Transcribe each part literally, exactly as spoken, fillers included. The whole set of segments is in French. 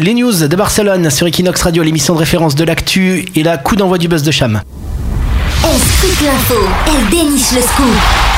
Les news de Barcelone sur Equinox Radio, l'émission de référence de l'actu et la coup d'envoi du buzz de Cham. Elle scoop l'info, elle déniche le scoop.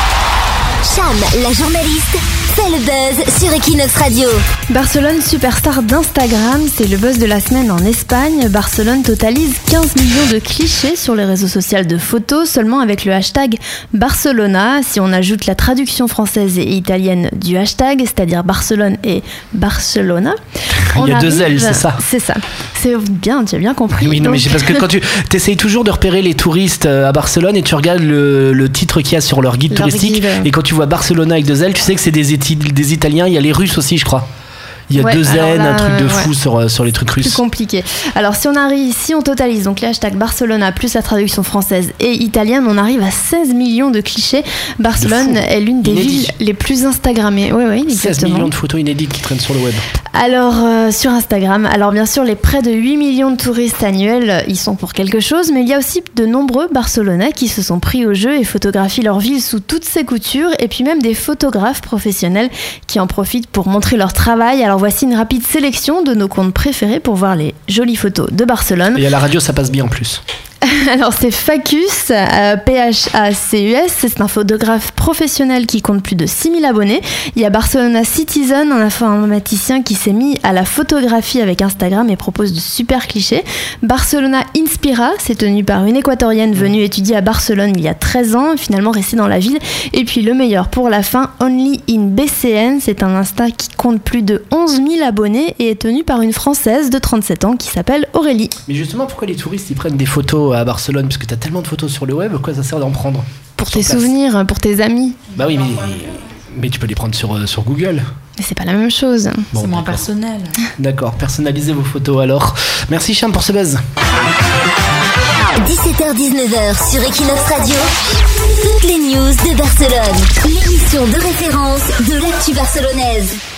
Cham, la journaliste, fait le buzz sur Equinox Radio. Barcelone, superstar d'Instagram, c'est le buzz de la semaine en Espagne. Barcelone totalise quinze millions de clichés sur les réseaux sociaux de photos, seulement avec le hashtag Barcelona. Si on ajoute la traduction française et italienne du hashtag, c'est-à-dire Barcelone et Barcelona, il y a deux L, c'est ça. C'est ça. C'est bien, tu as bien compris. Oui, non, mais c'est parce que quand tu essayes toujours de repérer les touristes à Barcelone et tu regardes le, le titre qu'il y a sur leur guide leur touristique guide. Et quand tu vois Barcelona avec deux L, tu sais que c'est des, des Italiens. Il y a les Russes aussi, je crois. Il y a ouais, deux N, là, un truc de ouais. fou sur, sur les trucs russes. C'est compliqué. Alors si on arrive, si on totalise donc les hashtags Barcelona plus la traduction française et italienne, on arrive à seize millions de clichés. Barcelone de est l'une des Inédit. villes les plus instagrammées. Oui, oui, exactement. seize millions de photos inédites qui traînent sur le web. Alors euh, sur Instagram, alors bien sûr les près de huit millions de touristes annuels, ils sont pour quelque chose, mais il y a aussi de nombreux Barcelonais qui se sont pris au jeu et photographient leur ville sous toutes ses coutures, et puis même des photographes professionnels qui en profitent pour montrer leur travail. Alors voici une rapide sélection de nos comptes préférés pour voir les jolies photos de Barcelone. Et à la radio, ça passe bien en plus. Alors c'est Phacus, euh, P H A C U S, c'est un photographe professionnel qui compte plus de six mille abonnés. Il y a Barcelona Citizen, un informaticien qui s'est mis à la photographie avec Instagram et propose de super clichés. Barcelona Inspira, c'est tenu par une équatorienne venue étudier à Barcelone il y a treize ans, finalement restée dans la ville. Et puis le meilleur pour la fin, Only in B C N, c'est un Insta qui compte plus de onze mille abonnés et est tenu par une Française de trente-sept ans qui s'appelle Aurélie. Mais justement, pourquoi les touristes ils prennent des photos à Barcelone, parce que t'as tellement de photos sur le web, quoi ça sert d'en prendre? Pour tes place. souvenirs, pour tes amis. Bah oui, mais, mais tu peux les prendre sur, euh, sur Google. Mais c'est pas la même chose. Bon, c'est moins personnel. D'accord, personnalisez vos photos alors. Merci Cham pour ce buzz. dix-sept heures dix-neuf heures sur Equinox Radio, toutes les news de Barcelone. L'émission de référence de l'actu barcelonaise.